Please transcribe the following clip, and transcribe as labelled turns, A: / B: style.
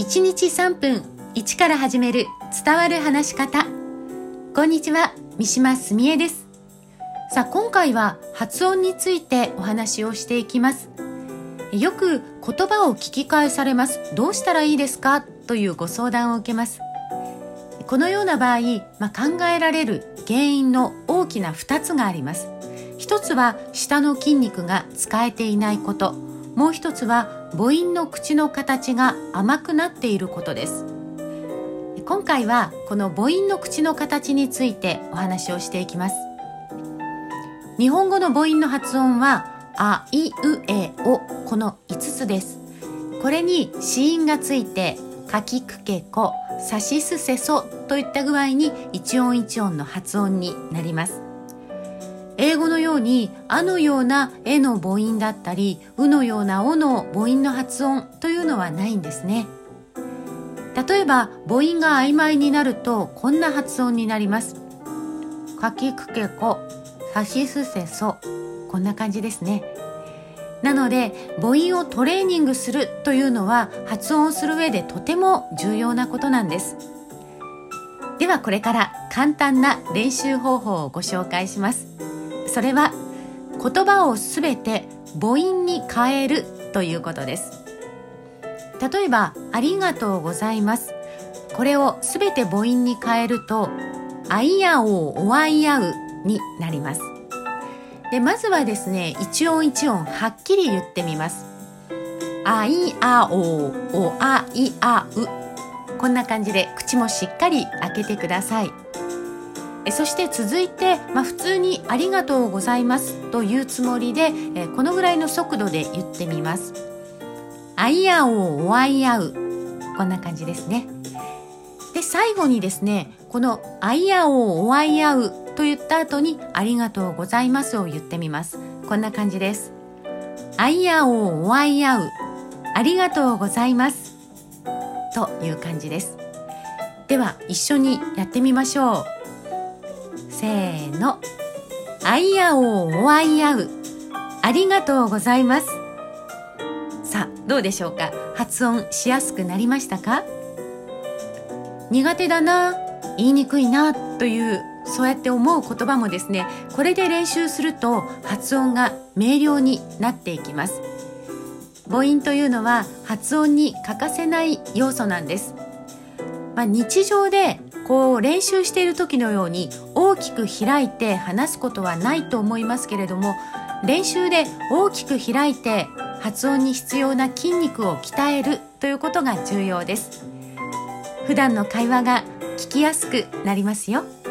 A: 1日3分1から始める伝わる話し方。こんにちは、三島澄江です。さあ、今回は発音についてお話をしていきます。よく言葉を聞き返されます。どうしたらいいですかというご相談を受けます。このような場合、考えられる原因の大きな2つがあります。一つは舌の筋肉が使えていないこと、もう一つは母音の口の形が甘くなっていることです。今回はこの母音の口の形についてお話をしていきます。日本語の母音の発音はあいうえお、この5つです。これに子音がついてかきくけこ、さしすせそといった具合に一音一音の発音になります。英語のようにあのようなえの母音だったりうのようなおの母音の発音というのはないんですね。例えば母音が曖昧になるとこんな発音になります。かきくけこ、さしすせそ、こんな感じですね。なので母音をトレーニングするというのは発音をする上でとても重要なことなんです。ではこれから簡単な練習方法をご紹介します。それは言葉をすべて母音に変えるということです。例えばありがとうございます、これをすべて母音に変えるとあいやおうおあいやうになります。でまずはですね、一音一音はっきり言ってみます。あいあおうおあいあう、こんな感じで口もしっかり開けてください。そして続いて、普通にありがとうございますというつもりで、このぐらいの速度で言ってみます。あいあおうおあいあう、こんな感じですね。で最後にですね、このあいあおうおあいあうと言った後にありがとうございますを言ってみます。こんな感じです。あいあおうおあいあう、ありがとうございますという感じです。では一緒にやってみましょう。せーの、あいあおうおあいあう、ありがとうございます。さあどうでしょうか。発音しやすくなりましたか？苦手だな、言いにくいなというそうやって思う言葉もですね、これで練習すると発音が明瞭になっていきます。母音というのは発音に欠かせない要素なんです。日常で練習している時のように大きく開いて話すことはないと思いますけれども、練習で大きく開いて発音に必要な筋肉を鍛えるということが重要です。普段の会話が聞きやすくなりますよ。